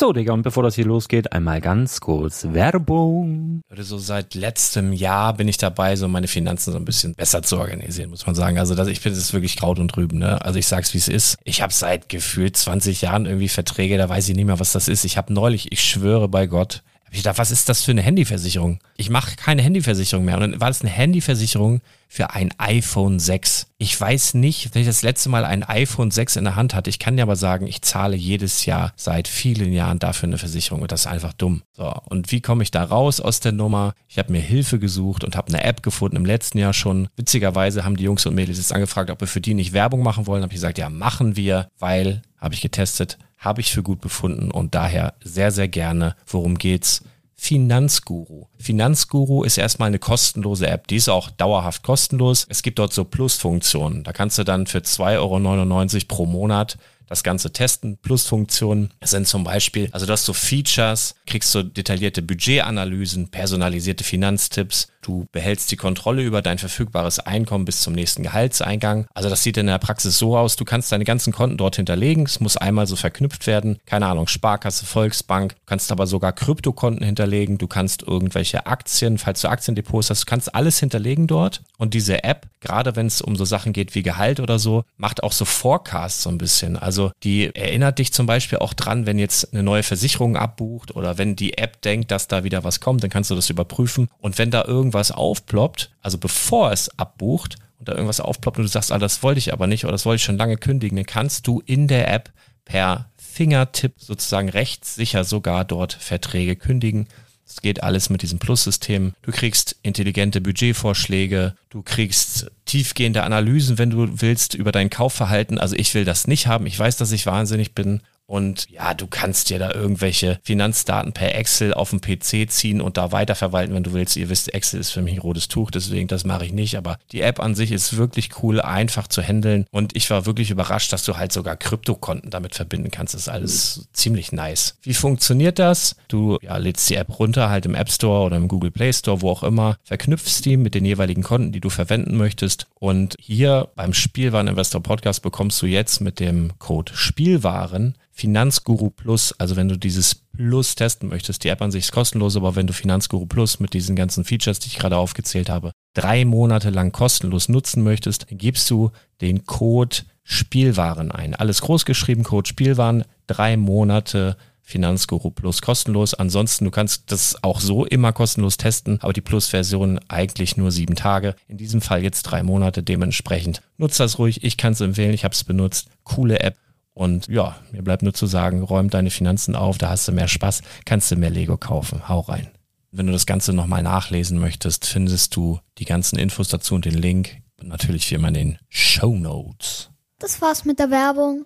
So, Digga, und bevor das hier losgeht, einmal ganz kurz Werbung. So seit letztem Jahr bin ich dabei, so meine Finanzen so ein bisschen besser zu organisieren, muss man sagen. Also ich finde, das ist wirklich Kraut und Rüben, ne? Also ich sag's, wie es ist. Ich habe seit gefühlt 20 Jahren irgendwie Verträge, da weiß ich nicht mehr, was das ist. Ich habe neulich, ich schwöre bei Gott, ich dachte, was ist das für eine Handyversicherung? Ich mache keine Handyversicherung mehr. Und dann war das eine Handyversicherung für ein iPhone 6. Ich weiß nicht, wenn ich das letzte Mal ein iPhone 6 in der Hand hatte. Ich kann dir aber sagen, ich zahle jedes Jahr seit vielen Jahren dafür eine Versicherung. Und das ist einfach dumm. So, und wie komme ich da raus aus der Nummer? Ich habe mir Hilfe gesucht und habe eine App gefunden im letzten Jahr schon. Witzigerweise haben die Jungs und Mädels jetzt angefragt, ob wir für die nicht Werbung machen wollen. Habe ich gesagt, ja, machen wir, weil, habe ich getestet, habe ich für gut befunden und daher sehr, sehr gerne. Worum geht's? Finanzguru. Finanzguru ist erstmal eine kostenlose App. Die ist auch dauerhaft kostenlos. Es gibt dort so Plusfunktionen. Da kannst du dann für 2,99 € pro Monat das Ganze testen. Plusfunktionen sind zum Beispiel, also du hast so Features, kriegst so detaillierte Budgetanalysen, personalisierte Finanztipps, du behältst die Kontrolle über dein verfügbares Einkommen bis zum nächsten Gehaltseingang. Also das sieht in der Praxis so aus, du kannst deine ganzen Konten dort hinterlegen, es muss einmal so verknüpft werden, keine Ahnung, Sparkasse, Volksbank, du kannst aber sogar Kryptokonten hinterlegen, du kannst irgendwelche Aktien, falls du Aktiendepots hast, du kannst alles hinterlegen dort und diese App, gerade wenn es um so Sachen geht wie Gehalt oder so, macht auch so Forecasts so ein bisschen, also die erinnert dich zum Beispiel auch dran, wenn jetzt eine neue Versicherung abbucht oder wenn die App denkt, dass da wieder was kommt, dann kannst du das überprüfen und wenn da irgendwas aufploppt, also bevor es abbucht und da irgendwas aufploppt und du sagst, das wollte ich aber nicht oder das wollte ich schon lange kündigen, dann kannst du in der App per Fingertipp sozusagen rechtssicher sogar dort Verträge kündigen. Das geht alles mit diesem Plus-System. Du kriegst intelligente Budgetvorschläge, du kriegst tiefgehende Analysen, wenn du willst, über dein Kaufverhalten. Also ich will das nicht haben. Ich weiß, dass ich wahnsinnig bin. Und ja, du kannst dir da irgendwelche Finanzdaten per Excel auf dem PC ziehen und da weiterverwalten, wenn du willst. Ihr wisst, Excel ist für mich ein rotes Tuch, deswegen das mache ich nicht. Aber die App an sich ist wirklich cool, einfach zu handeln. Und ich war wirklich überrascht, dass du halt sogar Kryptokonten damit verbinden kannst. Das ist alles ziemlich nice. Wie funktioniert das? Du lädst die App runter, halt im App Store oder im Google Play Store, wo auch immer, verknüpfst die mit den jeweiligen Konten, die du verwenden möchtest. Und hier beim Spielwareninvestor Podcast bekommst du jetzt mit dem Code Spielwaren Finanzguru Plus, also wenn du dieses Plus testen möchtest, die App an sich ist kostenlos, aber wenn du Finanzguru Plus mit diesen ganzen Features, die ich gerade aufgezählt habe, 3 Monate lang kostenlos nutzen möchtest, dann gibst du den Code Spielwaren ein. Alles groß geschrieben, Code Spielwaren, 3 Monate Finanzguru Plus kostenlos. Ansonsten, du kannst das auch so immer kostenlos testen, aber die Plus-Version eigentlich nur 7 Tage. In diesem Fall jetzt 3 Monate, dementsprechend nutzt das ruhig. Ich kann es empfehlen, ich habe es benutzt. Coole App. Und ja, mir bleibt nur zu sagen, räum deine Finanzen auf, da hast du mehr Spaß, kannst du mehr Lego kaufen. Hau rein. Wenn du das Ganze nochmal nachlesen möchtest, findest du die ganzen Infos dazu und den Link. Und natürlich wie immer in den Shownotes. Das war's mit der Werbung.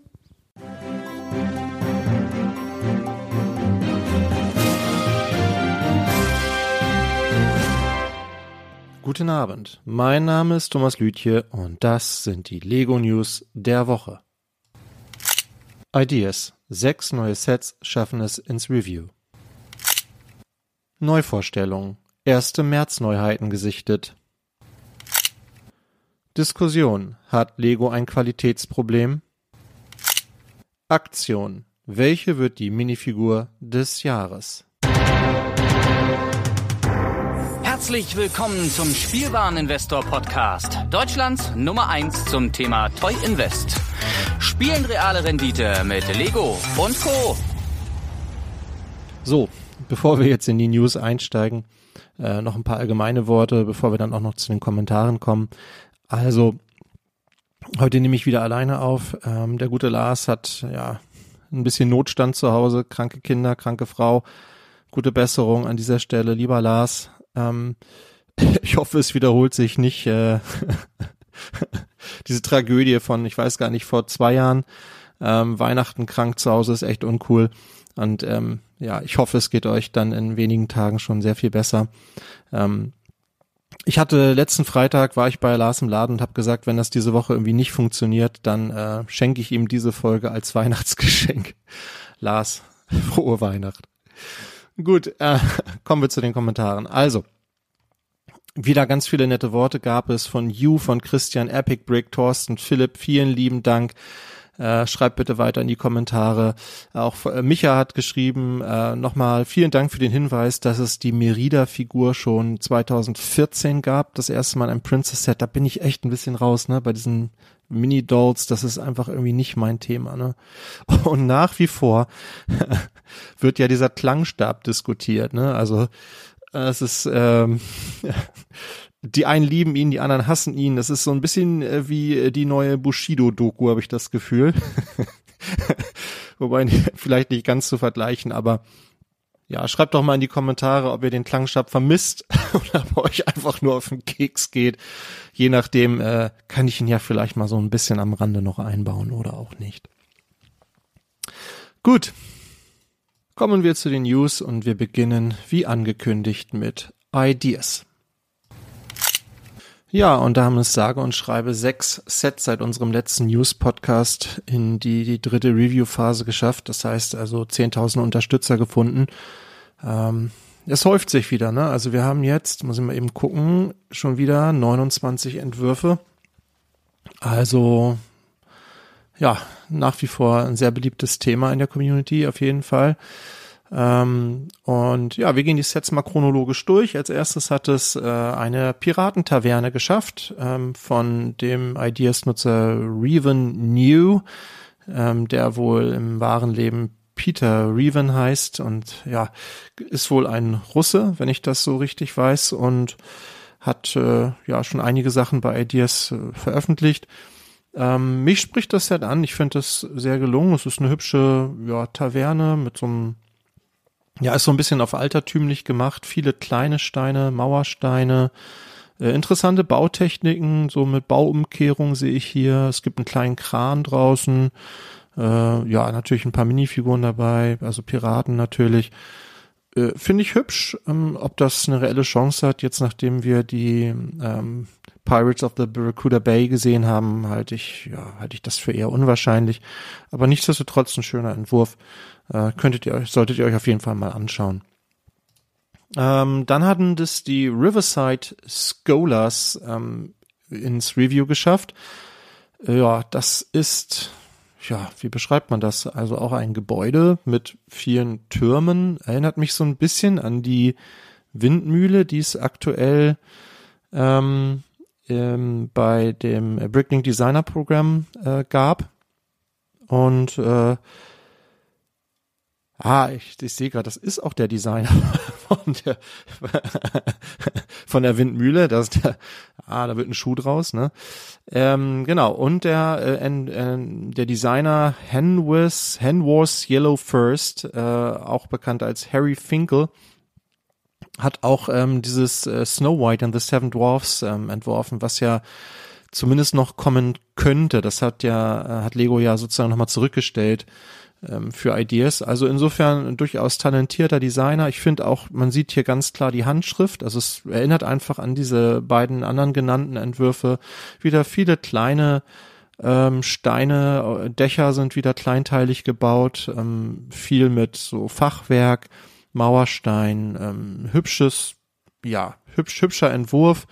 Guten Abend, mein Name ist Thomas Lütje und das sind die Lego News der Woche. Ideas. 6 neue Sets schaffen es ins Review. Neuvorstellungen. Erste März-Neuheiten gesichtet. Diskussion. Hat Lego ein Qualitätsproblem? Aktion. Welche wird die Minifigur des Jahres? Herzlich willkommen zum Spielwareninvestor Podcast, Deutschlands Nummer 1 zum Thema Toy Invest. Spielen reale Rendite mit Lego und Co. So, bevor wir jetzt in die News einsteigen, noch ein paar allgemeine Worte, bevor wir dann auch noch zu den Kommentaren kommen. Also, heute nehme ich wieder alleine auf. Der gute Lars hat ein bisschen Notstand zu Hause, kranke Kinder, kranke Frau. Gute Besserung an dieser Stelle, lieber Lars. Ich hoffe, es wiederholt sich nicht diese Tragödie von, ich weiß gar nicht, vor 2 Jahren. Weihnachten krank zu Hause ist echt uncool. Und ich hoffe, es geht euch dann in wenigen Tagen schon sehr viel besser. Ich hatte letzten Freitag, war ich bei Lars im Laden und habe gesagt, wenn das diese Woche irgendwie nicht funktioniert, dann schenke ich ihm diese Folge als Weihnachtsgeschenk. Lars, frohe Weihnacht. Gut, kommen wir zu den Kommentaren. Also, wieder ganz viele nette Worte gab es von You, von Christian, Epic Brick, Thorsten, Philipp, vielen lieben Dank. Schreibt bitte weiter in die Kommentare. Auch Micha hat geschrieben, nochmal vielen Dank für den Hinweis, dass es die Merida-Figur schon 2014 gab. Das erste Mal ein Princess-Set. Da bin ich echt ein bisschen raus, ne? Bei diesen Mini-Dolls, das ist einfach irgendwie nicht mein Thema, ne? Und nach wie vor wird ja dieser Klangstab diskutiert, ne? Also es ist die einen lieben ihn, die anderen hassen ihn. Das ist so ein bisschen wie die neue Bushido-Doku, habe ich das Gefühl. Wobei vielleicht nicht ganz zu vergleichen, aber ja, schreibt doch mal in die Kommentare, ob ihr den Klangstab vermisst oder ob euch einfach nur auf den Keks geht. Je nachdem kann ich ihn ja vielleicht mal so ein bisschen am Rande noch einbauen oder auch nicht. Gut, kommen wir zu den News und wir beginnen wie angekündigt mit Ideas. Ja, und da haben es sage und schreibe 6 Sets seit unserem letzten News-Podcast in die dritte Review-Phase geschafft. Das heißt also 10.000 Unterstützer gefunden. Es häuft sich wieder, ne? Also wir haben jetzt, muss ich mal eben gucken, schon wieder 29 Entwürfe. Also ja, nach wie vor ein sehr beliebtes Thema in der Community auf jeden Fall. Und ja, wir gehen die Sets mal chronologisch durch. Als erstes hat es eine Piratentaverne geschafft von dem Ideas-Nutzer Reven New, der wohl im wahren Leben Peter Reven heißt und ja, ist wohl ein Russe, wenn ich das so richtig weiß, und hat ja schon einige Sachen bei Ideas veröffentlicht. Mich spricht das Set an. Ich finde das sehr gelungen. Es ist eine hübsche Taverne mit so einem, ist so ein bisschen auf altertümlich gemacht. Viele kleine Steine, Mauersteine, interessante Bautechniken, so mit Bauumkehrung sehe ich hier. Es gibt einen kleinen Kran draußen. Natürlich ein paar Minifiguren dabei, also Piraten natürlich. Finde ich hübsch. Ob das eine reelle Chance hat, jetzt nachdem wir die Pirates of the Barracuda Bay gesehen haben, halte ich das für eher unwahrscheinlich. Aber nichtsdestotrotz ein schöner Entwurf. Solltet ihr euch auf jeden Fall mal anschauen. Dann hatten das die Riverside Scholars ins Review geschafft. Das ist, wie beschreibt man das? Also auch ein Gebäude mit vielen Türmen. Erinnert mich so ein bisschen an die Windmühle, die es aktuell bei dem Bricklink Designer Programm gab. Und ich sehe gerade, das ist auch der Designer von der Windmühle. Da wird ein Schuh draus, ne? Genau. Und der Designer Henwars Yellow First, auch bekannt als Harry Finkel, hat auch dieses Snow White and the Seven Dwarfs entworfen, was ja zumindest noch kommen könnte. Das hat Lego ja sozusagen nochmal zurückgestellt für Ideas. Also insofern ein durchaus talentierter Designer. Ich finde auch, man sieht hier ganz klar die Handschrift. Also es erinnert einfach an diese beiden anderen genannten Entwürfe. Wieder viele kleine Steine, Dächer sind wieder kleinteilig gebaut. Viel mit so Fachwerk, Mauerstein, hübscher Entwurf.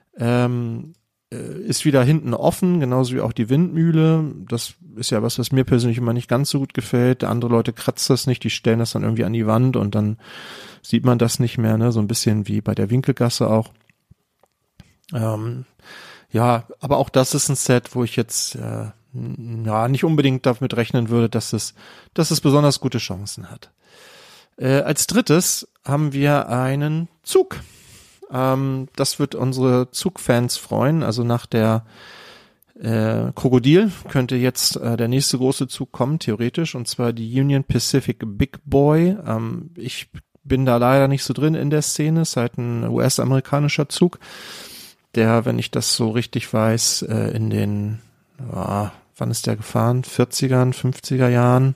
Ist wieder hinten offen, genauso wie auch die Windmühle. Das ist ja was mir persönlich immer nicht ganz so gut gefällt. Andere Leute kratzen das nicht, die stellen das dann irgendwie an die Wand und dann sieht man das nicht mehr, ne? So ein bisschen wie bei der Winkelgasse auch. Aber auch das ist ein Set, wo ich jetzt nicht unbedingt damit rechnen würde, dass es besonders gute Chancen hat. Als drittes haben wir einen Zug. Das wird unsere Zugfans freuen. Also nach der Krokodil könnte jetzt der nächste große Zug kommen, theoretisch, und zwar die Union Pacific Big Boy. Ich bin da leider nicht so drin in der Szene. Es ist halt ein US-amerikanischer Zug, der, wenn ich das so richtig weiß, in den, wann ist der gefahren? 40ern, 50er Jahren,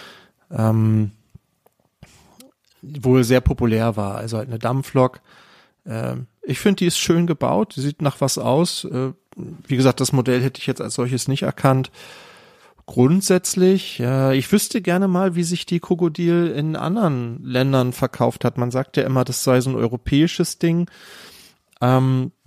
wohl sehr populär war. Also halt eine Dampflok. Ich finde, die ist schön gebaut, die sieht nach was aus. Wie gesagt, das Modell hätte ich jetzt als solches nicht erkannt. Grundsätzlich, ich wüsste gerne mal, wie sich die Krokodil in anderen Ländern verkauft hat. Man sagt ja immer, das sei so ein europäisches Ding.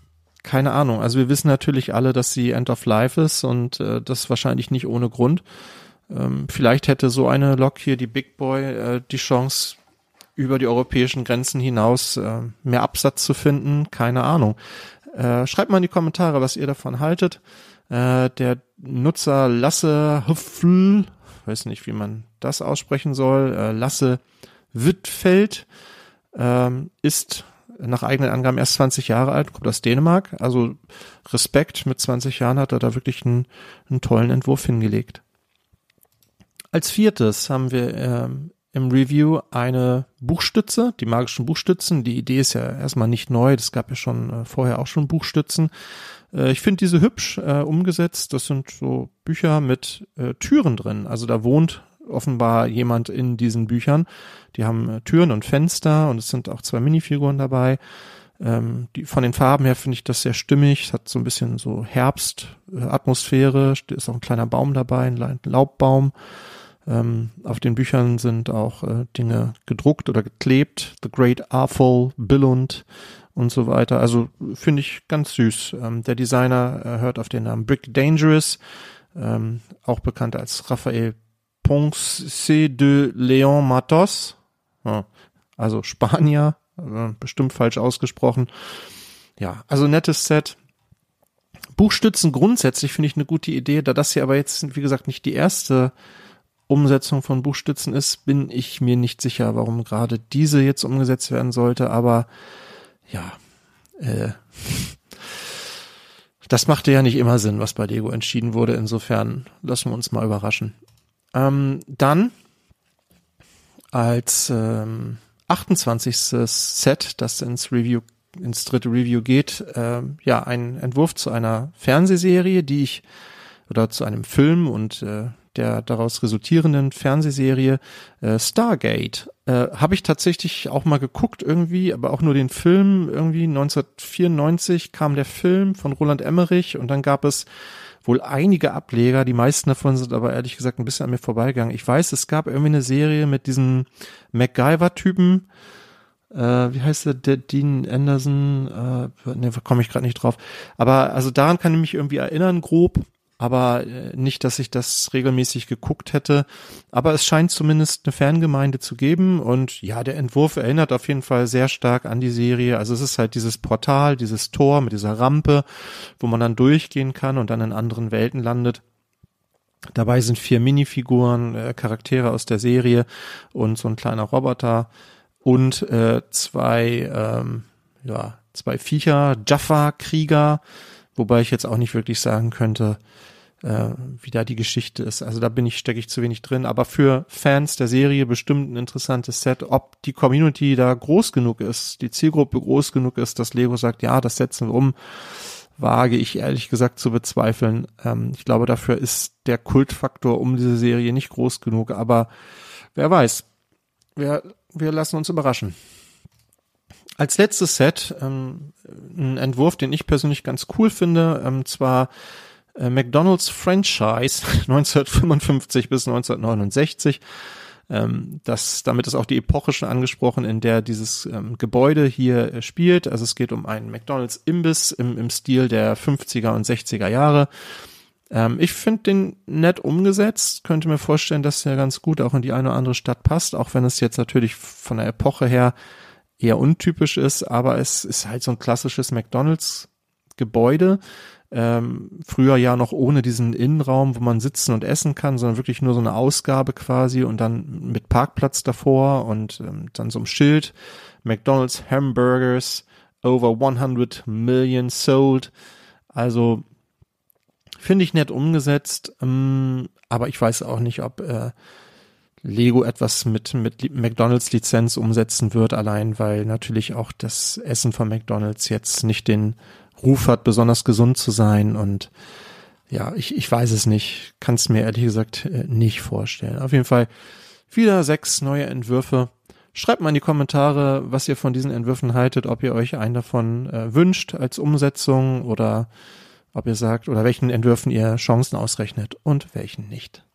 keine Ahnung. Also wir wissen natürlich alle, dass sie End of Life ist und das wahrscheinlich nicht ohne Grund. Vielleicht hätte so eine Lok hier, die Big Boy, die Chance, über die europäischen Grenzen hinaus mehr Absatz zu finden. Keine Ahnung. Schreibt mal in die Kommentare, was ihr davon haltet. Der Nutzer Lasse Hüffl, weiß nicht, wie man das aussprechen soll, Lasse Wittfeld, ist nach eigenen Angaben erst 20 Jahre alt, kommt aus Dänemark. Also Respekt, mit 20 Jahren hat er da wirklich einen tollen Entwurf hingelegt. Als viertes haben wir im Review eine Buchstütze, die magischen Buchstützen. Die Idee ist ja erstmal nicht neu, das gab ja schon vorher auch schon Buchstützen. Ich finde diese hübsch umgesetzt. Das sind so Bücher mit Türen drin. Also da wohnt offenbar jemand in diesen Büchern. Die haben Türen und Fenster und es sind auch 2 Minifiguren dabei. Die von den Farben her finde ich das sehr stimmig. Es hat so ein bisschen so Herbstatmosphäre. Ist auch ein kleiner Baum dabei, ein Laubbaum. Auf den Büchern sind auch Dinge gedruckt oder geklebt. The Great Arthur Billund und so weiter. Also finde ich ganz süß. Der Designer hört auf den Namen Brick Dangerous, auch bekannt als Raphael Ponce de Leon Matos. Also Spanier, bestimmt falsch ausgesprochen. Ja, also nettes Set. Buchstützen grundsätzlich finde ich eine gute Idee, da das hier aber jetzt, wie gesagt, nicht die erste Umsetzung von Buchstützen ist, bin ich mir nicht sicher, warum gerade diese jetzt umgesetzt werden sollte, aber ja, das machte ja nicht immer Sinn, was bei Lego entschieden wurde, insofern lassen wir uns mal überraschen. Dann als 28. Set, das ins dritte Review geht, ein Entwurf zu einer Fernsehserie, zu einem Film und der daraus resultierenden Fernsehserie Stargate. Habe ich tatsächlich auch mal geguckt irgendwie, aber auch nur den Film. Irgendwie 1994 kam der Film von Roland Emmerich und dann gab es wohl einige Ableger. Die meisten davon sind aber ehrlich gesagt ein bisschen an mir vorbeigegangen. Ich weiß, es gab irgendwie eine Serie mit diesem MacGyver-Typen. Wie heißt der Dean Anderson? Komme ich gerade nicht drauf. Aber also daran kann ich mich irgendwie erinnern, grob. Aber nicht, dass ich das regelmäßig geguckt hätte. Aber es scheint zumindest eine Fangemeinde zu geben. Und ja, der Entwurf erinnert auf jeden Fall sehr stark an die Serie. Also es ist halt dieses Portal, dieses Tor mit dieser Rampe, wo man dann durchgehen kann und dann in anderen Welten landet. Dabei sind 4 Minifiguren, Charaktere aus der Serie und so ein kleiner Roboter und 2 Viecher, Jaffa-Krieger, wobei ich jetzt auch nicht wirklich sagen könnte, wie da die Geschichte ist. Also da stecke ich zu wenig drin. Aber für Fans der Serie bestimmt ein interessantes Set. Ob die Community da groß genug ist, die Zielgruppe groß genug ist, dass Lego sagt, ja, das setzen wir um, wage ich ehrlich gesagt zu bezweifeln. Ich glaube, dafür ist der Kultfaktor um diese Serie nicht groß genug. Aber wer weiß. Wir lassen uns überraschen. Als letztes Set ein Entwurf, den ich persönlich ganz cool finde, zwar McDonald's Franchise 1955 bis 1969. Damit ist auch die Epoche schon angesprochen, in der dieses Gebäude hier spielt. Also es geht um einen McDonald's Imbiss im Stil der 50er und 60er Jahre. Ich finde den nett umgesetzt, könnte mir vorstellen, dass er ganz gut auch in die eine oder andere Stadt passt, auch wenn es jetzt natürlich von der Epoche her eher untypisch ist, aber es ist halt so ein klassisches McDonald's-Gebäude. Früher ja noch ohne diesen Innenraum, wo man sitzen und essen kann, sondern wirklich nur so eine Ausgabe quasi und dann mit Parkplatz davor und dann so ein Schild. McDonald's Hamburgers, over 100 million sold. Also finde ich nett umgesetzt, aber ich weiß auch nicht, ob Lego etwas mit McDonald's Lizenz umsetzen wird, allein weil natürlich auch das Essen von McDonald's jetzt nicht den Ruf hat, besonders gesund zu sein und ja, ich weiß es nicht, kann es mir ehrlich gesagt nicht vorstellen. Auf jeden Fall wieder 6 neue Entwürfe. Schreibt mal in die Kommentare, was ihr von diesen Entwürfen haltet, ob ihr euch einen davon wünscht als Umsetzung oder ob ihr sagt, oder welchen Entwürfen ihr Chancen ausrechnet und welchen nicht.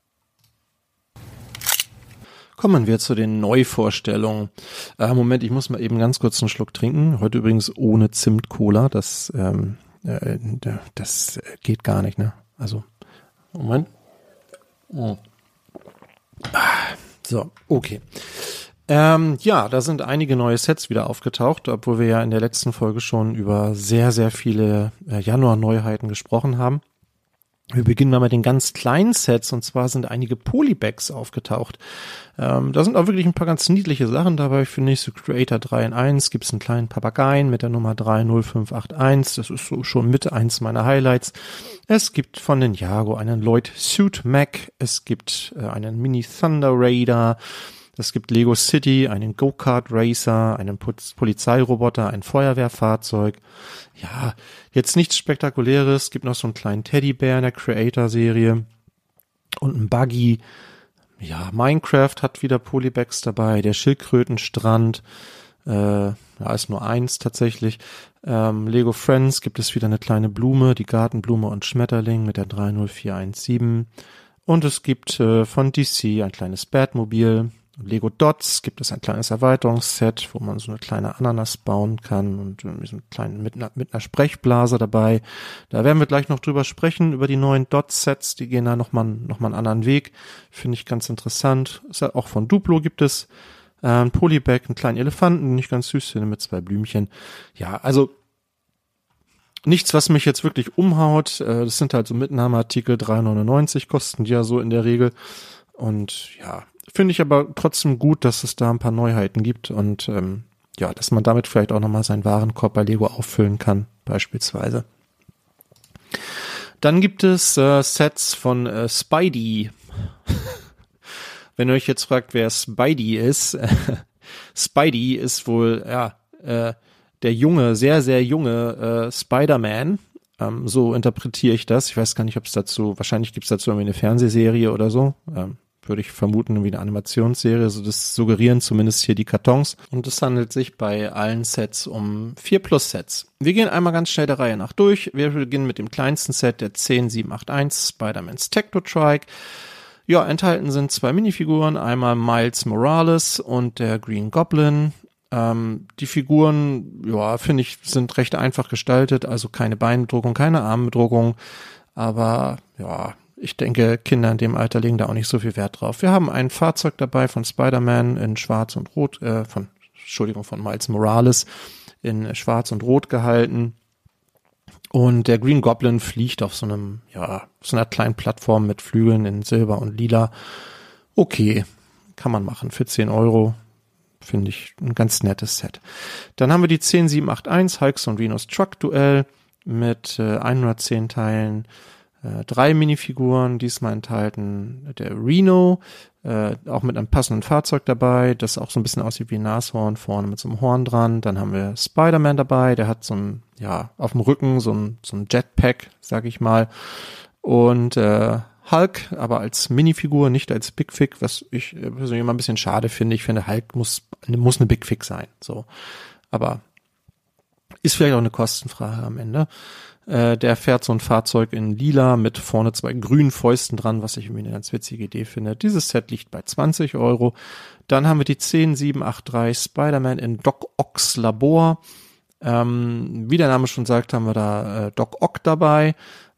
Kommen wir zu den Neuvorstellungen. Moment, ich muss mal eben ganz kurz einen Schluck trinken. Heute übrigens ohne Zimt-Cola. Das das geht gar nicht, ne? Also, Moment. Oh. So, okay. Ja, da sind einige neue Sets wieder aufgetaucht, obwohl wir ja in der letzten Folge schon über sehr, sehr viele Januar-Neuheiten gesprochen haben. Wir beginnen mal mit den ganz kleinen Sets, und zwar sind einige Polybags aufgetaucht. Da sind auch wirklich ein paar ganz niedliche Sachen dabei, finde ich. So Creator 3 in 1, gibt es einen kleinen Papageien mit der Nummer 30581. Das ist so schon mit eins meiner Highlights. Es gibt von Ninjago einen Lloyd Suit Mac. Es gibt einen Mini Thunder Raider. Es gibt Lego City, einen Go-Kart Racer, einen Polizeiroboter, ein Feuerwehrfahrzeug. Ja, jetzt nichts Spektakuläres. Es gibt noch so einen kleinen Teddybär in der Creator-Serie und einen Buggy. Ja, Minecraft hat wieder Polybags dabei. Der Schildkrötenstrand, ist nur eins tatsächlich. Lego Friends gibt es wieder eine kleine Blume, die Gartenblume und Schmetterling mit der 30417. Und es gibt von DC ein kleines Batmobil. Lego Dots gibt es ein kleines Erweiterungsset, wo man so eine kleine Ananas bauen kann und so einen kleinen mit einer Sprechblase dabei. Da werden wir gleich noch drüber sprechen, über die neuen Dots-Sets, die gehen da nochmal einen anderen Weg. Finde ich ganz interessant. Auch von Duplo gibt es ein Polybag, einen kleinen Elefanten, den ich ganz süß finde, mit 2 Blümchen. Ja, also nichts, was mich jetzt wirklich umhaut. Das sind halt so Mitnahmeartikel, 3,99 kosten die ja so in der Regel. Und ja, finde ich aber trotzdem gut, dass es da ein paar Neuheiten gibt und dass man damit vielleicht auch nochmal seinen Warenkorb bei Lego auffüllen kann, beispielsweise. Dann gibt es Sets von Spidey. Wenn ihr euch jetzt fragt, wer Spidey ist, Spidey ist wohl der junge, sehr, sehr junge Spider-Man. So interpretiere ich das. Ich weiß gar nicht, ob es dazu, wahrscheinlich gibt es dazu irgendwie eine Fernsehserie oder so. Würde ich vermuten, irgendwie eine Animationsserie, so das suggerieren zumindest hier die Kartons. Und es handelt sich bei allen Sets um 4-Plus-Sets. Wir gehen einmal ganz schnell der Reihe nach durch. Wir beginnen mit dem kleinsten Set, der 10781, Spider-Man's Technotrike. Ja, enthalten sind 2 Minifiguren, einmal Miles Morales und der Green Goblin. Die Figuren, finde ich, sind recht einfach gestaltet, also keine Beinbedruckung, keine Armbedruckung, aber ich denke, Kinder in dem Alter legen da auch nicht so viel Wert drauf. Wir haben ein Fahrzeug dabei von Spider-Man in Schwarz und Rot, von Miles Morales in Schwarz und Rot gehalten. Und der Green Goblin fliegt auf so einer kleinen Plattform mit Flügeln in Silber und Lila. Okay, kann man machen für 10 €. Finde ich ein ganz nettes Set. Dann haben wir die 10781 Hulks und Rhinos Truck Duell mit 110 Teilen. 3 Minifiguren, diesmal enthalten der Rhino, auch mit einem passenden Fahrzeug dabei, das auch so ein bisschen aussieht wie ein Nashorn, vorne mit so einem Horn dran. Dann haben wir Spider-Man dabei, der hat so ein, auf dem Rücken so ein Jetpack, sag ich mal. Und Hulk, aber als Minifigur, nicht als Big Fig, was ich persönlich immer ein bisschen schade finde. Ich finde, Hulk muss eine Big Fig sein, so. Aber ist vielleicht auch eine Kostenfrage am Ende. Der fährt so ein Fahrzeug in Lila mit vorne 2 grünen Fäusten dran, was ich irgendwie eine ganz witzige Idee finde. Dieses Set liegt bei 20 €. Dann haben wir die 10783 Spider-Man in Doc Ocks Labor. Wie der Name schon sagt, haben wir da Doc Ock dabei,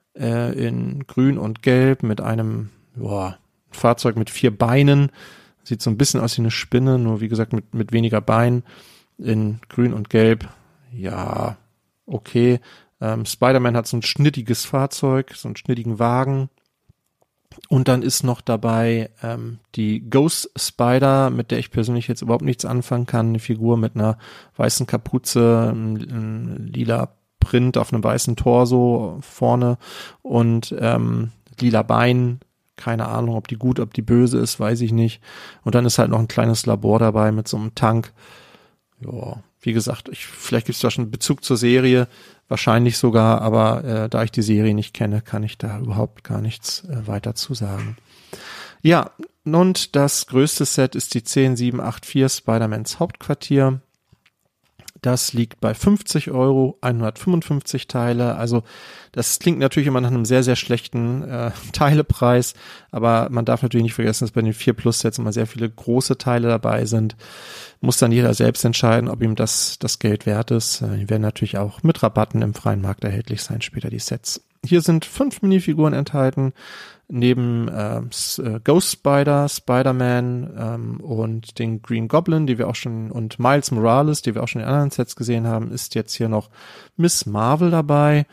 in grün und gelb mit einem Fahrzeug mit 4 Beinen. Sieht so ein bisschen aus wie eine Spinne, nur wie gesagt mit weniger Beinen, in grün und gelb. Ja, okay. Spider-Man hat so ein schnittiges Fahrzeug, so einen schnittigen Wagen. Und dann ist noch dabei die Ghost Spider, mit der ich persönlich jetzt überhaupt nichts anfangen kann. Eine Figur mit einer weißen Kapuze, ein lila Print auf einem weißen Torso vorne und lila Bein. Keine Ahnung, ob die gut, ob die böse ist, weiß ich nicht. Und dann ist halt noch ein kleines Labor dabei mit so einem Tank. Ja, wie gesagt, vielleicht gibt es da schon einen Bezug zur Serie, wahrscheinlich sogar, aber da ich die Serie nicht kenne, kann ich da überhaupt gar nichts weiter zu sagen. Ja, und das größte Set ist die 10784 Spider-Mans Hauptquartier. Das liegt bei 50 €, 155 Teile. Also das klingt natürlich immer nach einem sehr, sehr schlechten Teilepreis, aber man darf natürlich nicht vergessen, dass bei den 4-Plus-Sets immer sehr viele große Teile dabei sind. muss dann jeder selbst entscheiden, ob ihm das Geld wert ist. Die werden natürlich auch mit Rabatten im freien Markt erhältlich sein, später die Sets. Hier sind 5 Minifiguren enthalten, neben Ghost Spider, Spider-Man und den Green Goblin, die wir auch schon, und Miles Morales, die wir auch schon in anderen Sets gesehen haben, ist jetzt hier noch Miss Marvel dabei.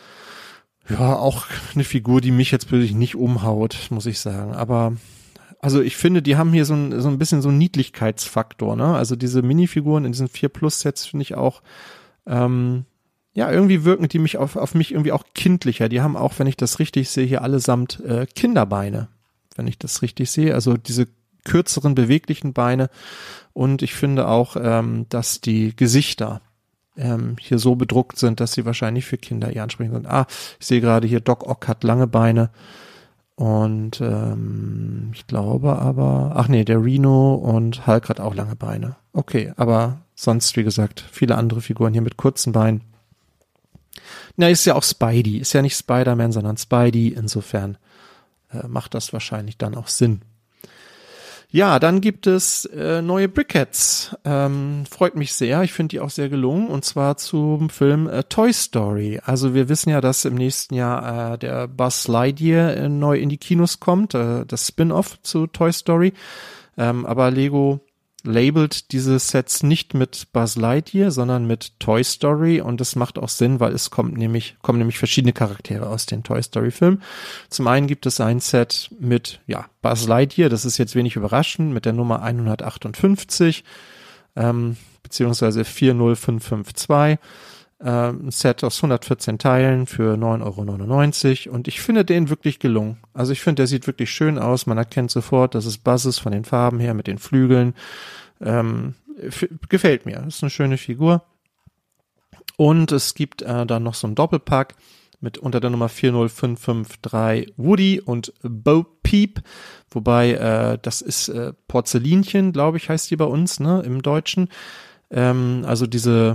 Ja, auch eine Figur, die mich jetzt persönlich nicht umhaut, muss ich sagen. Aber also ich finde, die haben hier so ein bisschen so einen Niedlichkeitsfaktor, ne? Also diese Minifiguren in diesen 4-Plus-Sets finde ich auch, irgendwie wirken die mich auf mich irgendwie auch kindlicher. Die haben auch, wenn ich das richtig sehe, hier allesamt Kinderbeine, wenn ich das richtig sehe. Also diese kürzeren, beweglichen Beine. Und ich finde auch, dass die Gesichter hier so bedruckt sind, dass sie wahrscheinlich für Kinder eher ansprechend sind. Ich sehe gerade hier, Doc Ock hat lange Beine. Und ich glaube aber, der Rhino und Hulk hat auch lange Beine. Okay, aber sonst, wie gesagt, viele andere Figuren hier mit kurzen Beinen. Na, ist ja auch Spidey, ist ja nicht Spider-Man, sondern Spidey, insofern macht das wahrscheinlich dann auch Sinn. Ja, dann gibt es neue Brickheads. Freut mich sehr, ich finde die auch sehr gelungen, und zwar zum Film Toy Story. Also wir wissen ja, dass im nächsten Jahr der Buzz Lightyear neu in die Kinos kommt, das Spin-off zu Toy Story. Aber Lego labelt diese Sets nicht mit Buzz Lightyear, sondern mit Toy Story, und das macht auch Sinn, weil es kommen nämlich verschiedene Charaktere aus den Toy Story Filmen. Zum einen gibt es ein Set mit Buzz Lightyear, das ist jetzt wenig überraschend, mit der Nummer 158 beziehungsweise 40552, ein Set aus 114 Teilen für 9,99 € und ich finde den wirklich gelungen. Also ich finde, der sieht wirklich schön aus. Man erkennt sofort, dass es Buzz ist von den Farben her mit den Flügeln. Gefällt mir. Ist eine schöne Figur. Und es gibt dann noch so einen Doppelpack mit unter der Nummer 40553 Woody und Bo Peep. Wobei das ist Porzellinchen, glaube ich, heißt die bei uns, ne, im Deutschen. Also diese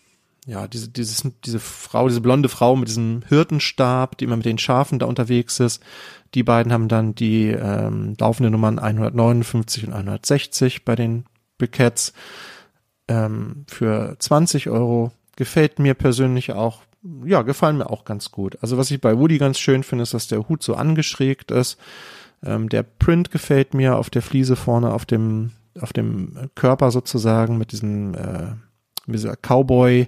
Frau, diese blonde Frau mit diesem Hirtenstab, die immer mit den Schafen da unterwegs ist. Die beiden haben dann die laufende Nummern 159 und 160 bei den Brickheads für 20 €. Gefällt mir persönlich auch, gefallen mir auch ganz gut. Also was ich bei Woody ganz schön finde, ist, dass der Hut so angeschrägt ist. Der Print gefällt mir auf der Fliese vorne, auf dem Körper sozusagen, mit dieser Cowboy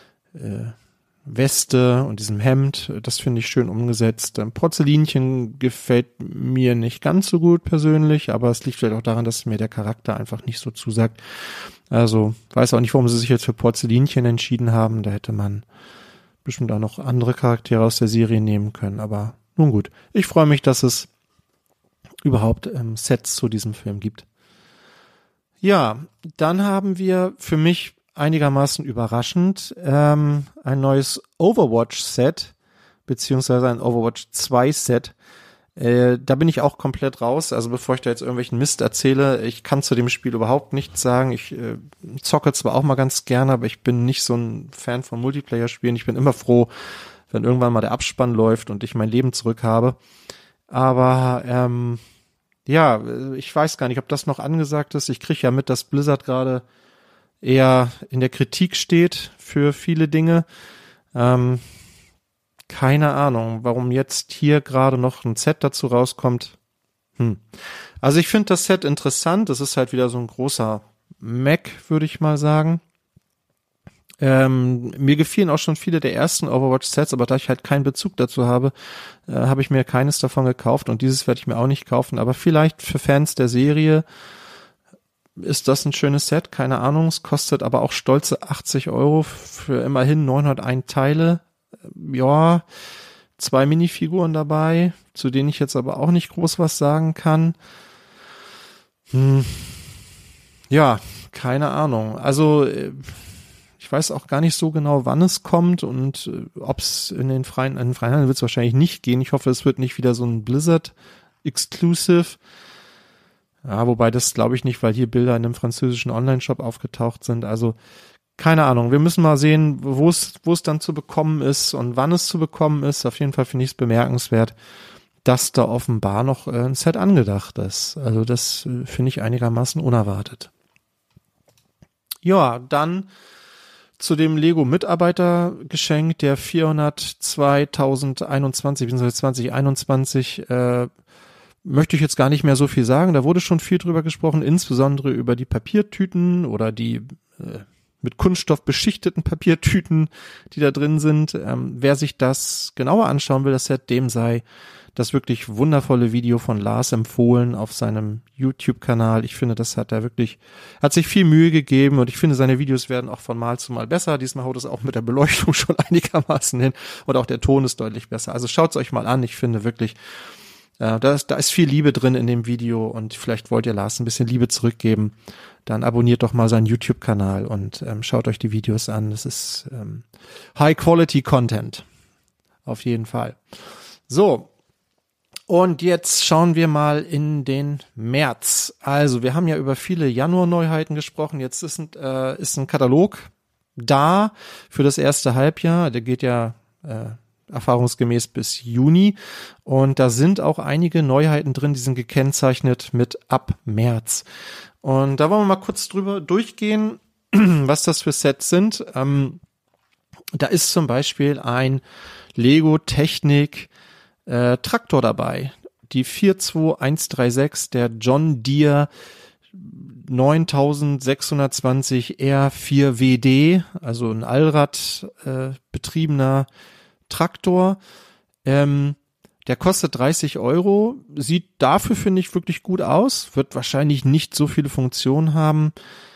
Weste und diesem Hemd, das finde ich schön umgesetzt. Porzellinchen gefällt mir nicht ganz so gut persönlich, aber es liegt vielleicht auch daran, dass mir der Charakter einfach nicht so zusagt. Also weiß auch nicht, warum sie sich jetzt für Porzellinchen entschieden haben. Da hätte man bestimmt auch noch andere Charaktere aus der Serie nehmen können, aber nun gut. Ich freue mich, dass es überhaupt Sets zu diesem Film gibt. Ja, dann haben wir für mich einigermaßen überraschend ein neues Overwatch-Set, beziehungsweise ein Overwatch 2-Set. Da bin ich auch komplett raus. Also bevor ich da jetzt irgendwelchen Mist erzähle, ich kann zu dem Spiel überhaupt nichts sagen. Ich zocke zwar auch mal ganz gerne, aber ich bin nicht so ein Fan von Multiplayer-Spielen. Ich bin immer froh, wenn irgendwann mal der Abspann läuft und ich mein Leben zurück habe. Aber ich weiß gar nicht, ob das noch angesagt ist. Ich kriege ja mit, dass Blizzard gerade eher in der Kritik steht für viele Dinge. Keine Ahnung, warum jetzt hier gerade noch ein Set dazu rauskommt. Also ich finde das Set interessant. Das ist halt wieder so ein großer Mac, würde ich mal sagen. Mir gefielen auch schon viele der ersten Overwatch-Sets, aber da ich halt keinen Bezug dazu habe, habe ich mir keines davon gekauft und dieses werde ich mir auch nicht kaufen. Aber vielleicht für Fans der Serie ist das ein schönes Set, keine Ahnung. Es kostet aber auch stolze 80 € für immerhin 901 Teile. Ja, 2 Minifiguren dabei, zu denen ich jetzt aber auch nicht groß was sagen kann. Ja, keine Ahnung. Also ich weiß auch gar nicht so genau, wann es kommt und ob es in den freien Handel wird es wahrscheinlich nicht gehen. Ich hoffe, es wird nicht wieder so ein Blizzard Exclusive. Ja, wobei das glaube ich nicht, weil hier Bilder in einem französischen Online-Shop aufgetaucht sind. Also keine Ahnung. Wir müssen mal sehen, wo es dann zu bekommen ist und wann es zu bekommen ist. Auf jeden Fall finde ich es bemerkenswert, dass da offenbar noch ein Set angedacht ist. Also das finde ich einigermaßen unerwartet. Ja, dann zu dem Lego-Mitarbeitergeschenk der 400 2021 bzw. 2021 möchte ich jetzt gar nicht mehr so viel sagen. Da wurde schon viel drüber gesprochen, insbesondere über die Papiertüten oder die mit Kunststoff beschichteten Papiertüten, die da drin sind. Wer sich das genauer anschauen will, das Set, dem sei das wirklich wundervolle Video von Lars empfohlen auf seinem YouTube-Kanal. Ich finde, das hat sich viel Mühe gegeben und ich finde, seine Videos werden auch von Mal zu Mal besser. Diesmal haut es auch mit der Beleuchtung schon einigermaßen hin und auch der Ton ist deutlich besser. Also schaut's euch mal an. Ich finde wirklich, da ist viel Liebe drin in dem Video und vielleicht wollt ihr Lars ein bisschen Liebe zurückgeben. Dann abonniert doch mal seinen YouTube-Kanal und schaut euch die Videos an. Das ist High-Quality-Content. Auf jeden Fall. So. Und jetzt schauen wir mal in den März. Also wir haben ja über viele Januar-Neuheiten gesprochen. Jetzt ist ein Katalog da für das erste Halbjahr. Der geht ja erfahrungsgemäß bis Juni. Und da sind auch einige Neuheiten drin, die sind gekennzeichnet mit ab März. Und da wollen wir mal kurz drüber durchgehen, was das für Sets sind. Da ist zum Beispiel ein Lego Technik Traktor dabei. Die 42136, der John Deere 9620 R4WD, also ein Allrad betriebener Traktor. Der kostet 30 €, sieht dafür, finde ich, wirklich gut aus, wird wahrscheinlich nicht so viele Funktionen haben,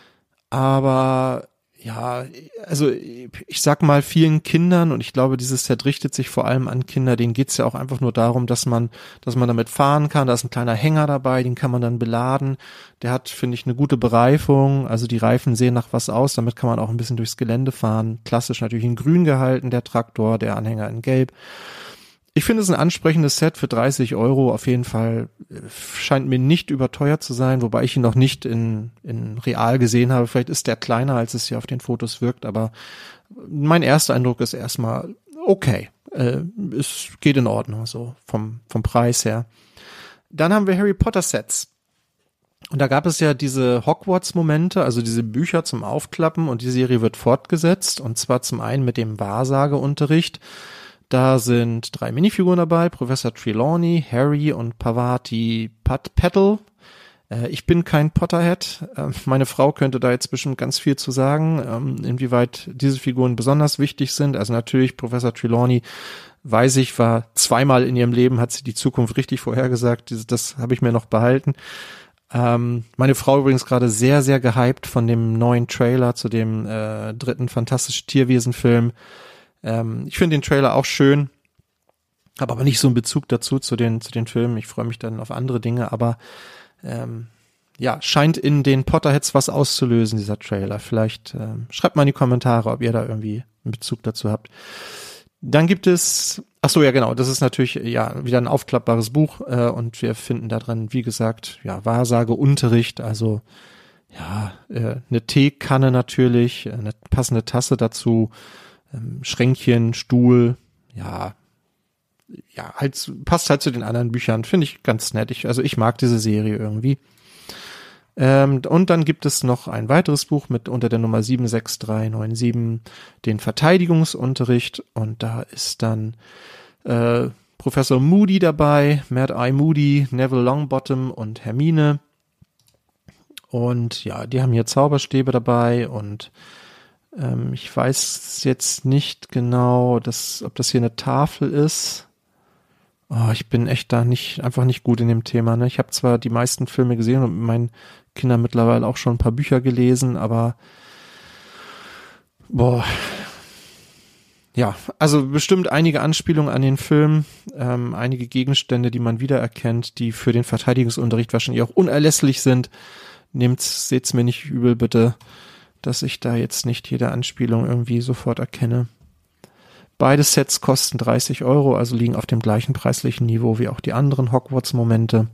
aber ja, also ich sag mal vielen Kindern, und ich glaube, dieses Set richtet sich vor allem an Kinder, denen geht's ja auch einfach nur darum, dass man damit fahren kann. Da ist ein kleiner Hänger dabei, den kann man dann beladen. Der hat, finde ich, eine gute Bereifung, also die Reifen sehen nach was aus, damit kann man auch ein bisschen durchs Gelände fahren. Klassisch natürlich in grün gehalten, der Traktor, der Anhänger in gelb. Ich finde es ein ansprechendes Set für 30 €. Auf jeden Fall scheint mir nicht überteuert zu sein, wobei ich ihn noch nicht in real gesehen habe. Vielleicht ist der kleiner, als es hier auf den Fotos wirkt, aber mein erster Eindruck ist erstmal okay. Es geht in Ordnung, so vom Preis her. Dann haben wir Harry Potter Sets. Und da gab es ja diese Hogwarts-Momente, also diese Bücher zum Aufklappen, und die Serie wird fortgesetzt, und zwar zum einen mit dem Wahrsageunterricht. Da sind 3 Minifiguren dabei, Professor Trelawney, Harry und Pavati Patel. Ich bin kein Potterhead. Meine Frau könnte da jetzt bestimmt ganz viel zu sagen, inwieweit diese Figuren besonders wichtig sind. Also natürlich Professor Trelawney, weiß ich, war zweimal in ihrem Leben, hat sie die Zukunft richtig vorhergesagt. Das habe ich mir noch behalten. Meine Frau übrigens gerade sehr, sehr gehypt von dem neuen Trailer zu dem 3. Fantastische Tierwesen-Film. Ich finde den Trailer auch schön, habe aber nicht so einen Bezug dazu zu den Filmen. Ich freue mich dann auf andere Dinge, aber ja, scheint in den Potterheads was auszulösen, dieser Trailer. Vielleicht schreibt mal in die Kommentare, ob ihr da irgendwie einen Bezug dazu habt. Dann gibt es, ach so, ja genau, das ist natürlich ja wieder ein aufklappbares Buch und wir finden da drin, wie gesagt, ja, Wahrsageunterricht, also ja, eine Teekanne natürlich, eine passende Tasse dazu, Schränkchen, Stuhl, ja, halt, passt halt zu den anderen Büchern, finde ich ganz nett. Ich mag diese Serie irgendwie. Und dann gibt es noch ein weiteres Buch mit unter der Nummer 76397, den Verteidigungsunterricht, und da ist dann Professor Moody dabei, Mad Eye Moody, Neville Longbottom und Hermine. Und ja, die haben hier Zauberstäbe dabei und ich weiß jetzt nicht genau, ob das hier eine Tafel ist. Oh, ich bin echt da einfach nicht gut in dem Thema. Ne? Ich habe zwar die meisten Filme gesehen und mit meinen Kindern mittlerweile auch schon ein paar Bücher gelesen, aber ja, also bestimmt einige Anspielungen an den Film, einige Gegenstände, die man wiedererkennt, die für den Verteidigungsunterricht wahrscheinlich auch unerlässlich sind. Seht's mir nicht übel, bitte, dass ich da jetzt nicht jede Anspielung irgendwie sofort erkenne. Beide Sets kosten 30 €, also liegen auf dem gleichen preislichen Niveau wie auch die anderen Hogwarts-Momente.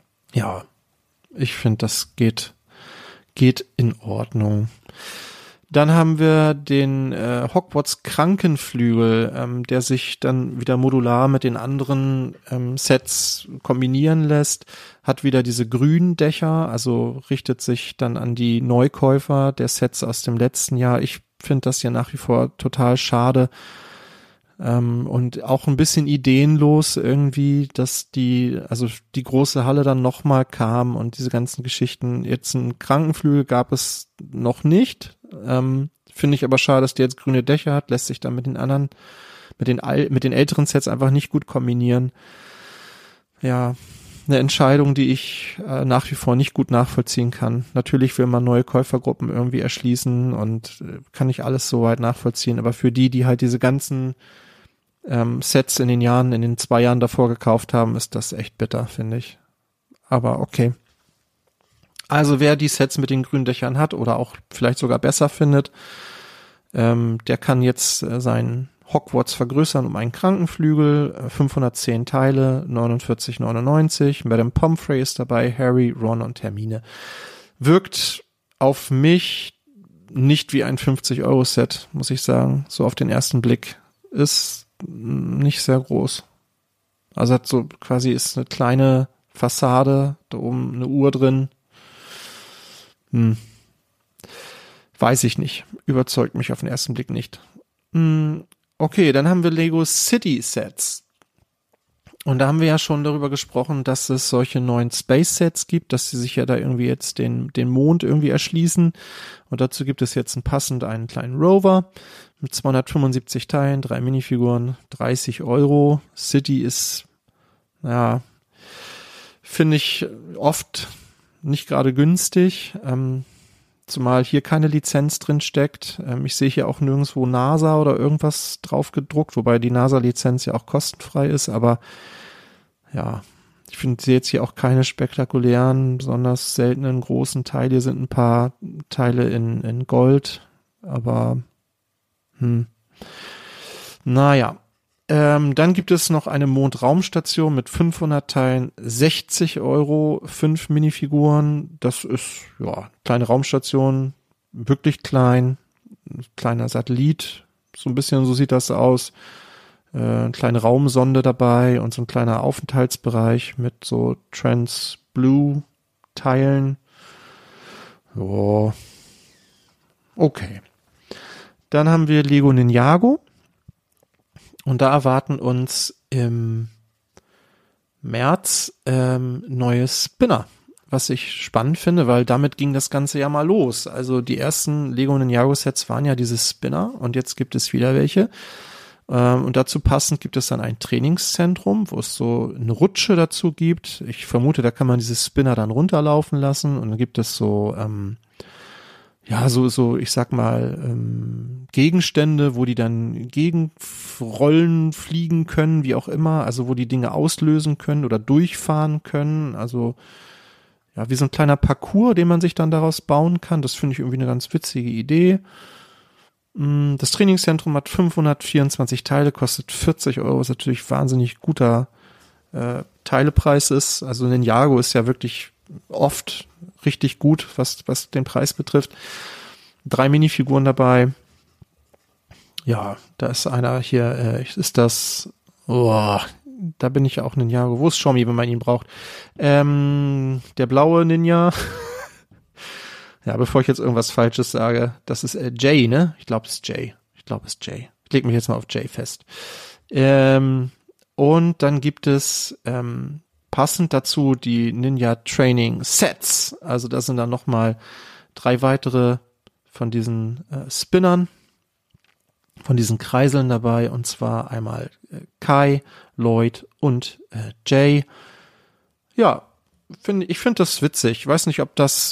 Ja, ich finde, das geht in Ordnung. Dann haben wir den Hogwarts Krankenflügel, der sich dann wieder modular mit den anderen Sets kombinieren lässt. Hat wieder diese grünen Dächer, also richtet sich dann an die Neukäufer der Sets aus dem letzten Jahr. Ich finde das hier nach wie vor total schade. Und auch ein bisschen ideenlos irgendwie, dass die große Halle dann nochmal kam und diese ganzen Geschichten. Jetzt einen Krankenflügel gab es noch nicht. Finde ich aber schade, dass der jetzt grüne Dächer hat, lässt sich dann mit den anderen, mit den älteren Sets einfach nicht gut kombinieren. Ja, eine Entscheidung, die ich nach wie vor nicht gut nachvollziehen kann. Natürlich will man neue Käufergruppen irgendwie erschließen und kann ich alles soweit nachvollziehen, aber für die halt diese ganzen Sets in den 2 Jahren davor gekauft haben, ist das echt bitter, finde ich. Aber okay. Also wer die Sets mit den grünen Dächern hat oder auch vielleicht sogar besser findet, der kann jetzt seinen Hogwarts vergrößern um einen Krankenflügel, 510 Teile, 49,99. Madame Pomfrey ist dabei, Harry, Ron und Hermine. Wirkt auf mich nicht wie ein 50-Euro-Set, muss ich sagen. So auf den ersten Blick. Ist nicht sehr groß. Also hat so quasi ist eine kleine Fassade, da oben eine Uhr drin. Weiß ich nicht. Überzeugt mich auf den ersten Blick nicht. Okay, dann haben wir Lego City Sets. Und da haben wir ja schon darüber gesprochen, dass es solche neuen Space Sets gibt, dass sie sich ja da irgendwie jetzt den Mond irgendwie erschließen. Und dazu gibt es jetzt einen kleinen Rover mit 275 Teilen, 3 Minifiguren, 30 Euro. City ist, ja, finde ich oft nicht gerade günstig, zumal hier keine Lizenz drin steckt. Ich sehe hier auch nirgendwo NASA oder irgendwas drauf gedruckt, wobei die NASA-Lizenz ja auch kostenfrei ist, aber ja, ich sehe jetzt hier auch keine spektakulären, besonders seltenen großen Teile. Hier sind ein paar Teile in Gold, aber naja. Dann gibt es noch eine Mondraumstation mit 500 Teilen, 60 Euro, 5 Minifiguren. Das ist, ja, kleine Raumstation, wirklich klein, ein kleiner Satellit, so ein bisschen, so sieht das aus. Eine kleine Raumsonde dabei und so ein kleiner Aufenthaltsbereich mit so Trans-Blue-Teilen. Oh. Okay. Dann haben wir Lego Ninjago. Und da erwarten uns im März neue Spinner, was ich spannend finde, weil damit ging das Ganze ja mal los. Also die ersten Lego Ninjago Sets waren ja diese Spinner und jetzt gibt es wieder welche. Und dazu passend gibt es dann ein Trainingszentrum, wo es so eine Rutsche dazu gibt. Ich vermute, da kann man diese Spinner dann runterlaufen lassen und dann gibt es so ich sag mal, Gegenstände, wo die dann gegenrollen, fliegen können, wie auch immer, also wo die Dinge auslösen können oder durchfahren können, also ja, wie so ein kleiner Parcours, den man sich dann daraus bauen kann. Das finde ich irgendwie eine ganz witzige Idee. Das Trainingszentrum hat 524 Teile, kostet 40 Euro, was natürlich wahnsinnig guter Teilepreis ist. Also Ninjago ist ja wirklich oft richtig gut, was den Preis betrifft. 3 Minifiguren dabei. Ja, da ist einer hier, da bin ich auch Ninjago. Wo ist Xiaomi, wenn man ihn braucht? Der blaue Ninja. Ja, bevor ich jetzt irgendwas Falsches sage, das ist Jay, ne? Ich glaube, es ist Jay. Ich leg mich jetzt mal auf Jay fest. Und dann gibt es passend dazu die Ninja Training Sets. Also da sind dann nochmal 3 weitere von diesen Spinnern, von diesen Kreiseln dabei. Und zwar einmal Kai, Lloyd und Jay. Ja, ich finde das witzig. Ich weiß nicht, ob das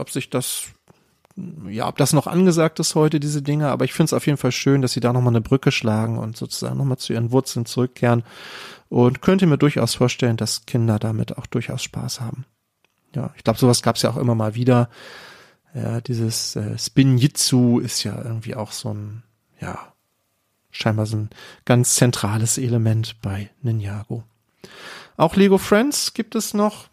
noch angesagt ist heute, diese Dinge, aber ich finde es auf jeden Fall schön, dass sie da nochmal eine Brücke schlagen und sozusagen nochmal zu ihren Wurzeln zurückkehren und könnte mir durchaus vorstellen, dass Kinder damit auch durchaus Spaß haben. Ja, ich glaube, sowas gab es ja auch immer mal wieder. Ja, dieses Spin-Jitsu ist ja irgendwie auch so ein, ja, scheinbar so ein ganz zentrales Element bei Ninjago. Auch Lego Friends gibt es noch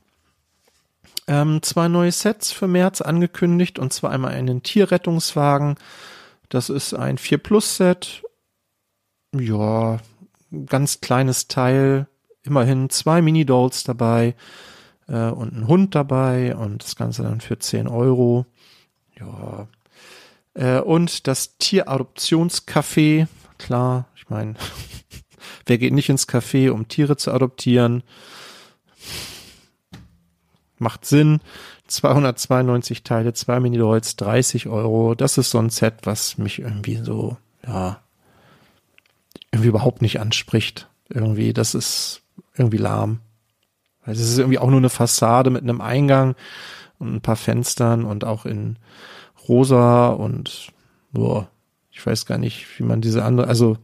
2 neue Sets für März angekündigt, und zwar einmal einen Tierrettungswagen Das ist ein 4-Plus-Set. Ja, ganz kleines Teil. Immerhin 2 Mini-Dolls dabei und ein Hund dabei und das Ganze dann für 10 Euro. Ja. Und das Tieradoptionscafé. Klar, ich meine, wer geht nicht ins Café, um Tiere zu adoptieren? Macht Sinn. 292 Teile, 2 Mini-Dolls, 30 Euro. Das ist so ein Set, was mich irgendwie so, ja, irgendwie überhaupt nicht anspricht. Irgendwie, das ist irgendwie lahm. Weil es ist irgendwie auch nur eine Fassade mit einem Eingang und ein paar Fenstern und auch in rosa und, boah, ich weiß gar nicht, wie man diese andere, also,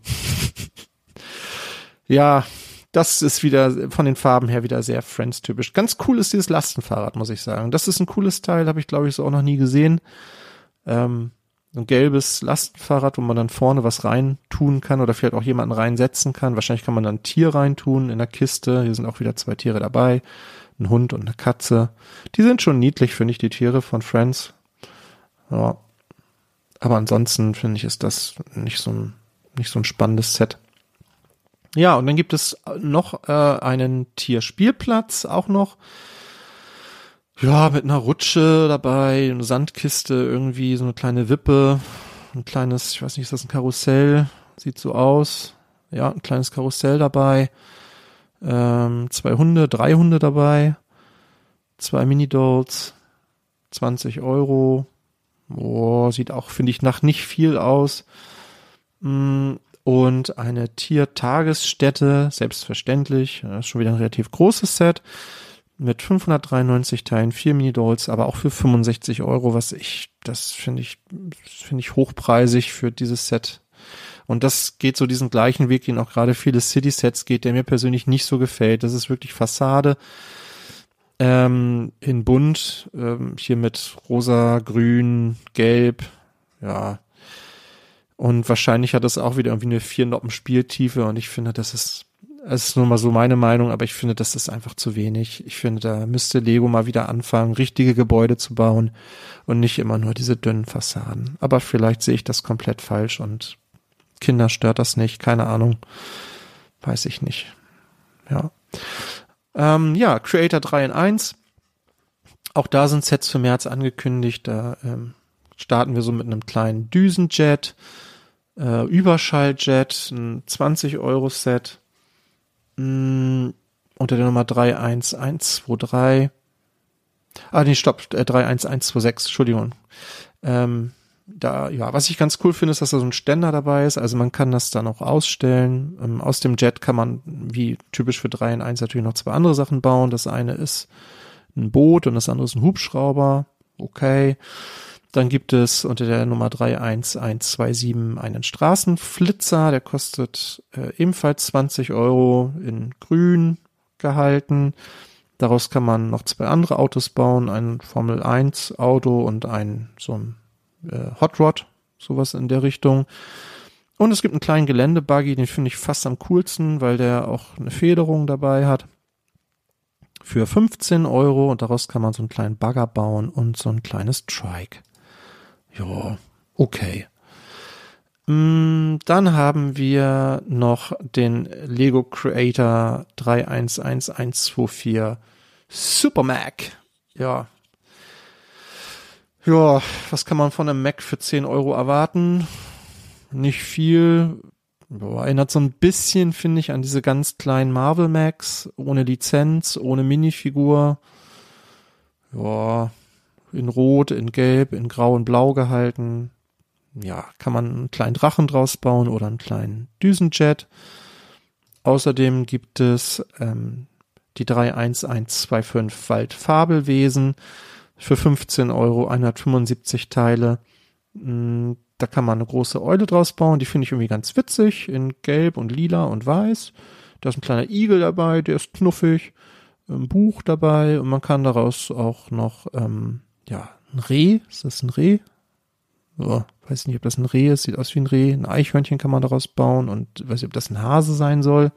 ja, das ist wieder von den Farben her wieder sehr Friends-typisch. Ganz cool ist dieses Lastenfahrrad, muss ich sagen. Das ist ein cooles Teil, habe ich glaube ich so auch noch nie gesehen. Ein gelbes Lastenfahrrad, wo man dann vorne was rein tun kann oder vielleicht auch jemanden reinsetzen kann. Wahrscheinlich kann man dann ein Tier reintun in der Kiste. Hier sind auch wieder 2 Tiere dabei. Ein Hund und eine Katze. Die sind schon niedlich, finde ich, die Tiere von Friends. Ja. Aber ansonsten finde ich, ist das nicht so ein spannendes Set. Ja, und dann gibt es noch einen Tierspielplatz auch noch. Ja, mit einer Rutsche dabei, eine Sandkiste irgendwie, so eine kleine Wippe, ein kleines, ich weiß nicht, ist das ein Karussell? Sieht so aus. Ja, ein kleines Karussell dabei. 2 Hunde, 3 Hunde dabei. 2 Mini-Dolls. 20 Euro. Oh, sieht auch, finde ich, nach nicht viel aus. Und eine Tiertagesstätte, selbstverständlich. Das ist schon wieder ein relativ großes Set. Mit 593 Teilen, 4 Mini-Dolls, aber auch für 65 Euro, das finde ich hochpreisig für dieses Set. Und das geht so diesen gleichen Weg, den auch gerade viele City-Sets geht, der mir persönlich nicht so gefällt. Das ist wirklich Fassade, in bunt, hier mit rosa, grün, gelb, ja. Und wahrscheinlich hat das auch wieder irgendwie eine 4 Noppen Spieltiefe und ich finde, das ist nur mal so meine Meinung, aber ich finde, das ist einfach zu wenig. Ich finde, da müsste Lego mal wieder anfangen, richtige Gebäude zu bauen und nicht immer nur diese dünnen Fassaden. Aber vielleicht sehe ich das komplett falsch und Kinder stört das nicht, keine Ahnung. Weiß ich nicht. Ja. Ja, Creator 3 in 1. Auch da sind Sets für März angekündigt. Da starten wir so mit einem kleinen Düsenjet, Überschalljet, ein 20-Euro-Set. Unter der Nummer 31123. Nee, stopp, 31126, Entschuldigung. Was ich ganz cool finde, ist, dass da so ein Ständer dabei ist, also man kann das dann auch ausstellen. Aus dem Jet kann man, wie typisch für 3 in 1, natürlich noch 2 andere Sachen bauen. Das eine ist ein Boot und das andere ist ein Hubschrauber. Okay. Dann gibt es unter der Nummer 31127 einen Straßenflitzer, der kostet ebenfalls 20 Euro in grün gehalten. Daraus kann man noch 2 andere Autos bauen, ein Formel 1 Auto und ein Hot Rod, sowas in der Richtung. Und es gibt einen kleinen Geländebuggy, den finde ich fast am coolsten, weil der auch eine Federung dabei hat. Für 15 Euro und daraus kann man so einen kleinen Bagger bauen und so ein kleines Trike. Ja, okay. Dann haben wir noch den Lego Creator 311124 Super Mac. Ja, was kann man von einem Mac für 10 Euro erwarten? Nicht viel. Erinnert so ein bisschen, finde ich, an diese ganz kleinen Marvel Macs, ohne Lizenz, ohne Minifigur. Ja, in Rot, in Gelb, in Grau und Blau gehalten. Ja, kann man einen kleinen Drachen draus bauen oder einen kleinen Düsenjet. Außerdem gibt es die 31125 Waldfabelwesen für 15 Euro, 175 Teile. Da kann man eine große Eule draus bauen, die finde ich irgendwie ganz witzig, in Gelb und Lila und Weiß. Da ist ein kleiner Igel dabei, der ist knuffig, ein Buch dabei und man kann daraus auch noch, ein Reh, ist das ein Reh? Ja, weiß nicht, ob das ein Reh ist, sieht aus wie ein Reh. Ein Eichhörnchen kann man daraus bauen und weiß nicht, ob das ein Hase sein soll.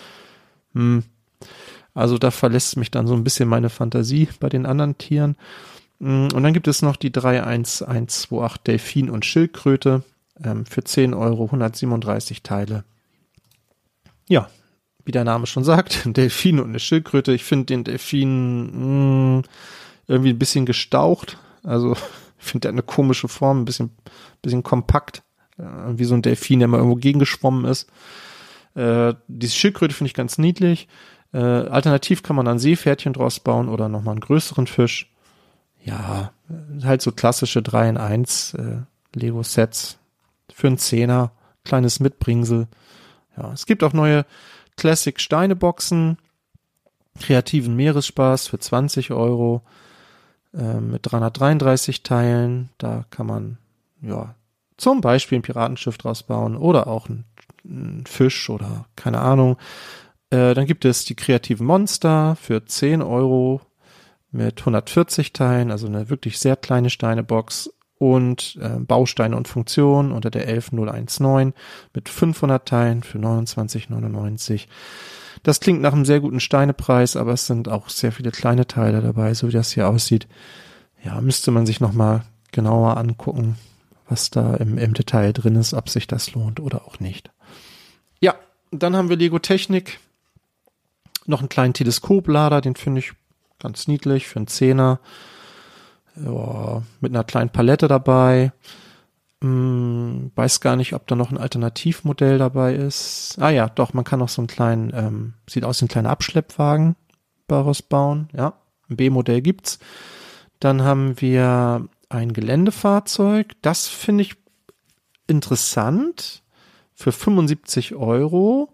Also da verlässt mich dann so ein bisschen meine Fantasie bei den anderen Tieren. Und dann gibt es noch die 31128 Delfin und Schildkröte. für 10 Euro 137 Teile. Ja, wie der Name schon sagt, ein Delfin und eine Schildkröte. Ich finde den Delfin irgendwie ein bisschen gestaucht. Also ich finde der hat eine komische Form, ein bisschen kompakt. Wie so ein Delfin, der mal irgendwo gegengeschwommen ist. Diese Schildkröte finde ich ganz niedlich. Alternativ kann man dann Seepferdchen draus bauen oder nochmal einen größeren Fisch. Ja, halt so klassische 3-in-1 Lego-Sets für einen Zehner, kleines Mitbringsel. Ja, es gibt auch neue Classic-Steine-Boxen, kreativen Meeresspaß für 20 Euro mit 333 Teilen. Da kann man ja zum Beispiel ein Piratenschiff draus bauen oder auch ein Fisch oder keine Ahnung. Dann gibt es die kreativen Monster für 10 Euro mit 140 Teilen, also eine wirklich sehr kleine Steinebox und Bausteine und Funktionen unter der 11019 mit 500 Teilen für 29,99. Das klingt nach einem sehr guten Steinepreis, aber es sind auch sehr viele kleine Teile dabei, so wie das hier aussieht. Ja, müsste man sich nochmal genauer angucken, was da im Detail drin ist, ob sich das lohnt oder auch nicht. Ja, dann haben wir Lego Technik. Noch einen kleinen Teleskoplader, den finde ich ganz niedlich für einen Zehner. Ja, mit einer kleinen Palette dabei. Weiß gar nicht, ob da noch ein Alternativmodell dabei ist. Ah ja, doch, man kann noch so einen kleinen, sieht aus wie ein kleiner Abschleppwagen daraus bauen. Ja, ein B-Modell gibt's. Dann haben wir ein Geländefahrzeug. Das finde ich interessant. Für 75 Euro.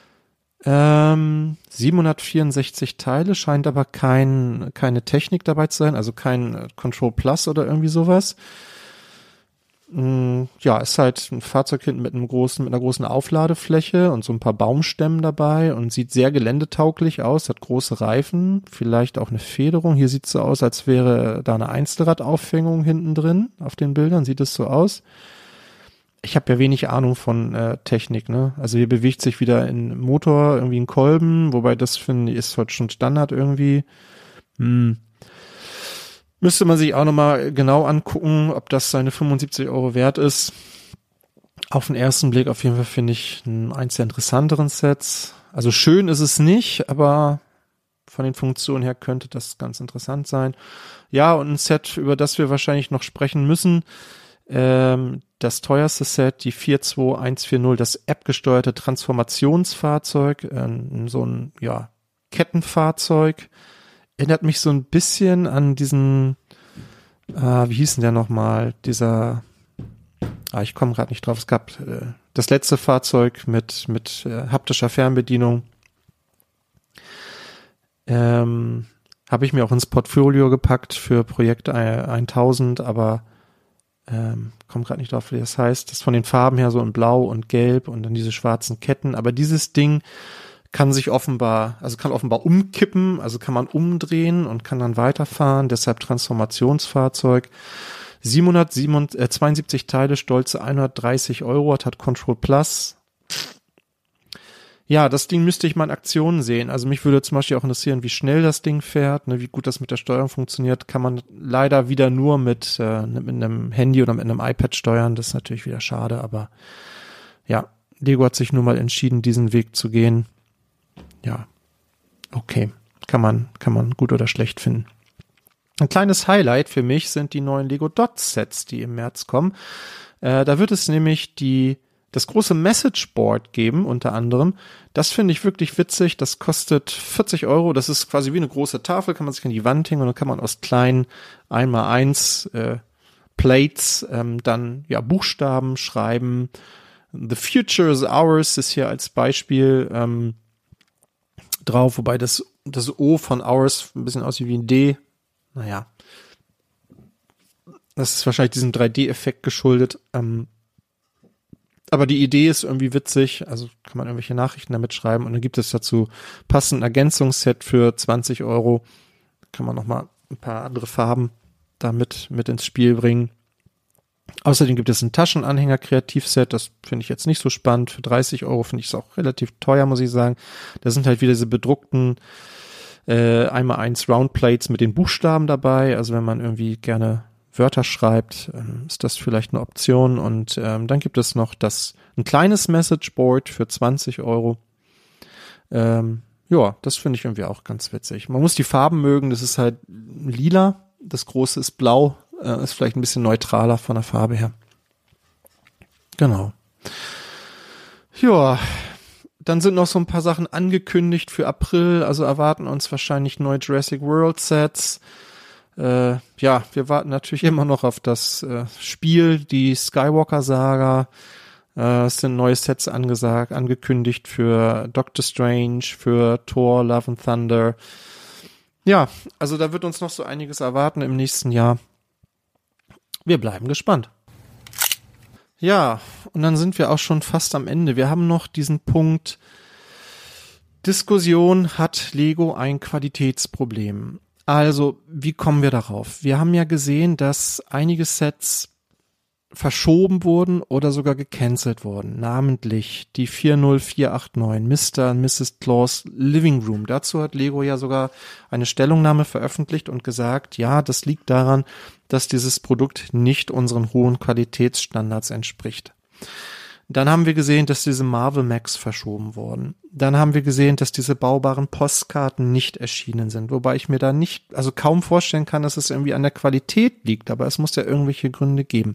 764 Teile, scheint aber keine Technik dabei zu sein, also kein Control Plus oder irgendwie sowas. Ja, ist halt ein Fahrzeug hinten mit einer großen Aufladefläche und so ein paar Baumstämmen dabei und sieht sehr geländetauglich aus, hat große Reifen, vielleicht auch eine Federung. Hier sieht es so aus, als wäre da eine Einzelradaufhängung hinten drin. Auf den Bildern sieht es so aus. Ich habe ja wenig Ahnung von Technik, ne? Also hier bewegt sich wieder ein Motor, irgendwie ein Kolben, wobei das, finde ich, ist heute schon Standard irgendwie. Müsste man sich auch nochmal genau angucken, ob das seine 75 Euro wert ist. Auf den ersten Blick auf jeden Fall finde ich eins der interessanteren Sets. Also schön ist es nicht, aber von den Funktionen her könnte das ganz interessant sein. Ja, und ein Set, über das wir wahrscheinlich noch sprechen müssen, das teuerste Set, die 42140, das App-gesteuerte Transformationsfahrzeug, so ein, ja, Kettenfahrzeug, erinnert mich so ein bisschen an diesen, wie hieß denn der nochmal, ich komme gerade nicht drauf, es gab das letzte Fahrzeug mit haptischer Fernbedienung, habe ich mir auch ins Portfolio gepackt für Projekt 1000, aber komme gerade nicht drauf, wie das heißt. Das ist von den Farben her so in Blau und Gelb und dann diese schwarzen Ketten. Aber dieses Ding kann offenbar umkippen, also kann man umdrehen und kann dann weiterfahren. Deshalb Transformationsfahrzeug. 772 Teile, stolze 130 Euro, hat Control Plus. Ja, das Ding müsste ich mal in Aktion sehen. Also mich würde zum Beispiel auch interessieren, wie schnell das Ding fährt, ne, wie gut das mit der Steuerung funktioniert. Kann man leider wieder nur mit einem Handy oder mit einem iPad steuern. Das ist natürlich wieder schade, aber ja, Lego hat sich nun mal entschieden, diesen Weg zu gehen. Ja, okay, kann man gut oder schlecht finden. Ein kleines Highlight für mich sind die neuen Lego Dots Sets, die im März kommen. Da wird es nämlich das große Message Board geben, unter anderem. Das finde ich wirklich witzig. Das kostet 40 Euro. Das ist quasi wie eine große Tafel, kann man sich an die Wand hängen und dann kann man aus kleinen 1x1 Plates dann ja Buchstaben schreiben. The future is ours ist hier als Beispiel drauf, wobei das O von ours ein bisschen aussieht wie ein D. Naja. Das ist wahrscheinlich diesem 3D-Effekt geschuldet. Aber die Idee ist irgendwie witzig, also kann man irgendwelche Nachrichten damit schreiben und dann gibt es dazu passend ein Ergänzungsset für 20 Euro. Kann man nochmal ein paar andere Farben damit mit ins Spiel bringen. Außerdem gibt es ein Taschenanhänger-Kreativset, das finde ich jetzt nicht so spannend. Für 30 Euro finde ich es auch relativ teuer, muss ich sagen. Da sind halt wieder diese bedruckten 1x1 Roundplates mit den Buchstaben dabei. Also wenn man irgendwie gerne Wörter schreibt, ist das vielleicht eine Option. Und dann gibt es noch ein kleines Messageboard für 20 €. Ja, das finde ich irgendwie auch ganz witzig. Man muss die Farben mögen, das ist halt lila, das große ist blau, ist vielleicht ein bisschen neutraler von der Farbe her. Genau. Ja, dann sind noch so ein paar Sachen angekündigt für April, also erwarten uns wahrscheinlich neue Jurassic World Sets. Ja, wir warten natürlich immer noch auf das Spiel, die Skywalker-Saga. Es sind neue Sets angekündigt für Doctor Strange, für Thor, Love and Thunder. Ja, also da wird uns noch so einiges erwarten im nächsten Jahr. Wir bleiben gespannt. Ja, und dann sind wir auch schon fast am Ende. Wir haben noch diesen Punkt Diskussion, hat Lego ein Qualitätsproblem? Also, wie kommen wir darauf? Wir haben ja gesehen, dass einige Sets verschoben wurden oder sogar gecancelt wurden. Namentlich die 40489 Mr. und Mrs. Claus Living Room. Dazu hat Lego ja sogar eine Stellungnahme veröffentlicht und gesagt, ja, das liegt daran, dass dieses Produkt nicht unseren hohen Qualitätsstandards entspricht. Dann haben wir gesehen, dass diese Marvel Max verschoben wurden. Dann haben wir gesehen, dass diese baubaren Postkarten nicht erschienen sind. Wobei ich mir da kaum vorstellen kann, dass es irgendwie an der Qualität liegt. Aber es muss ja irgendwelche Gründe geben.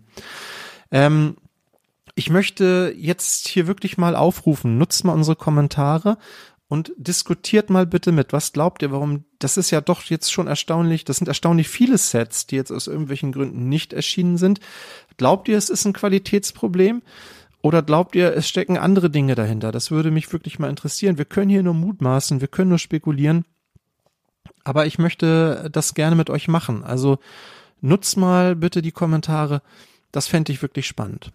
Ich möchte jetzt hier wirklich mal aufrufen. Nutzt mal unsere Kommentare und diskutiert mal bitte mit. Was glaubt ihr, warum? Das ist ja doch jetzt schon erstaunlich. Das sind erstaunlich viele Sets, die jetzt aus irgendwelchen Gründen nicht erschienen sind. Glaubt ihr, es ist ein Qualitätsproblem? Oder glaubt ihr, es stecken andere Dinge dahinter? Das würde mich wirklich mal interessieren. Wir können hier nur mutmaßen, wir können nur spekulieren. Aber ich möchte das gerne mit euch machen. Also nutzt mal bitte die Kommentare. Das fände ich wirklich spannend.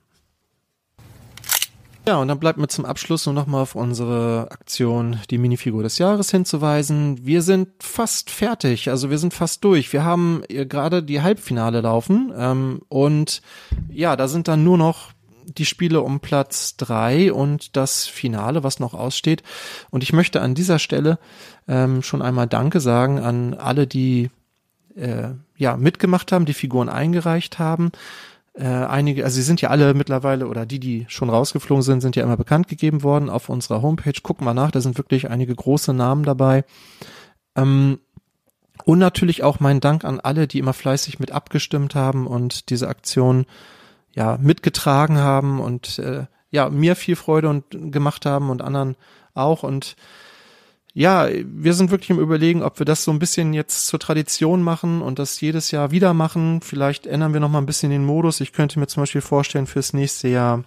Ja, und dann bleibt mir zum Abschluss nur nochmal auf unsere Aktion, die Minifigur des Jahres hinzuweisen. Wir sind fast fertig, also wir sind fast durch. Wir haben gerade die Halbfinale laufen und ja, da sind dann nur noch die Spiele um Platz 3 und das Finale, was noch aussteht. Und ich möchte an dieser Stelle schon einmal Danke sagen an alle, die mitgemacht haben, die Figuren eingereicht haben. Einige, also sie sind ja alle mittlerweile, oder die schon rausgeflogen sind ja immer bekannt gegeben worden auf unserer Homepage. Guckt mal nach, da sind wirklich einige große Namen dabei. Und natürlich auch mein Dank an alle, die immer fleißig mit abgestimmt haben und diese Aktion mitgetragen haben und mir viel Freude gemacht haben und anderen auch. Und ja, wir sind wirklich im Überlegen, ob wir das so ein bisschen jetzt zur Tradition machen und das jedes Jahr wieder machen. Vielleicht ändern wir noch mal ein bisschen den Modus. Ich könnte mir zum Beispiel vorstellen, fürs nächste Jahr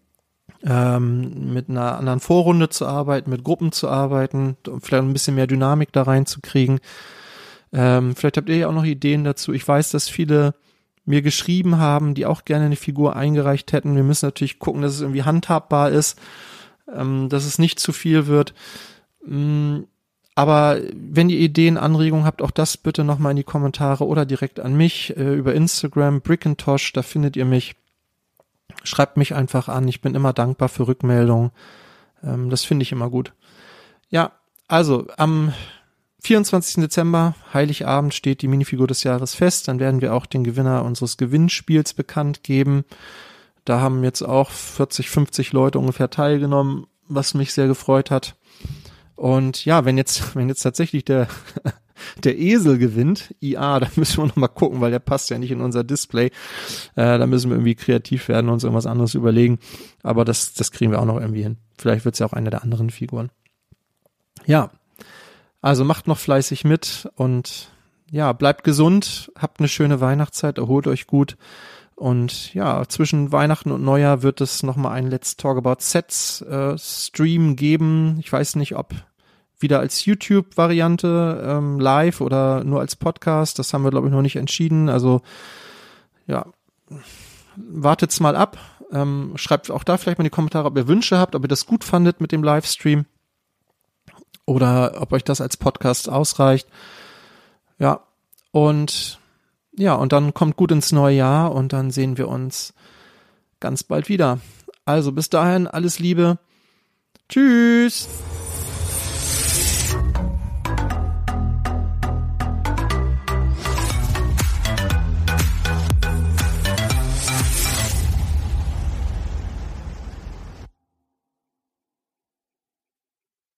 mit einer anderen Vorrunde zu arbeiten, mit Gruppen zu arbeiten, um vielleicht ein bisschen mehr Dynamik da reinzukriegen. Vielleicht habt ihr ja auch noch Ideen dazu. Ich weiß, dass viele mir geschrieben haben, die auch gerne eine Figur eingereicht hätten. Wir müssen natürlich gucken, dass es irgendwie handhabbar ist, dass es nicht zu viel wird. Aber wenn ihr Ideen, Anregungen habt, auch das bitte nochmal in die Kommentare oder direkt an mich über Instagram, Brickintosh, da findet ihr mich. Schreibt mich einfach an, ich bin immer dankbar für Rückmeldungen. Das finde ich immer gut. Ja, also am 24. Dezember, Heiligabend, steht die Minifigur des Jahres fest. Dann werden wir auch den Gewinner unseres Gewinnspiels bekannt geben. Da haben jetzt auch 40, 50 Leute ungefähr teilgenommen, was mich sehr gefreut hat. Und ja, wenn jetzt tatsächlich der Esel gewinnt, IA, da müssen wir noch mal gucken, weil der passt ja nicht in unser Display. Da müssen wir irgendwie kreativ werden und uns irgendwas anderes überlegen. Aber das kriegen wir auch noch irgendwie hin. Vielleicht wird es ja auch eine der anderen Figuren. Ja. Also macht noch fleißig mit und ja, bleibt gesund, habt eine schöne Weihnachtszeit, erholt euch gut und ja, zwischen Weihnachten und Neujahr wird es nochmal einen Let's Talk About Sets Stream geben. Ich weiß nicht, ob wieder als YouTube-Variante live oder nur als Podcast, das haben wir glaube ich noch nicht entschieden. Also ja, wartet's mal ab, schreibt auch da vielleicht mal in die Kommentare, ob ihr Wünsche habt, ob ihr das gut fandet mit dem Livestream. Oder ob euch das als Podcast ausreicht. Ja, und dann kommt gut ins neue Jahr und dann sehen wir uns ganz bald wieder. Also bis dahin, alles Liebe. Tschüss.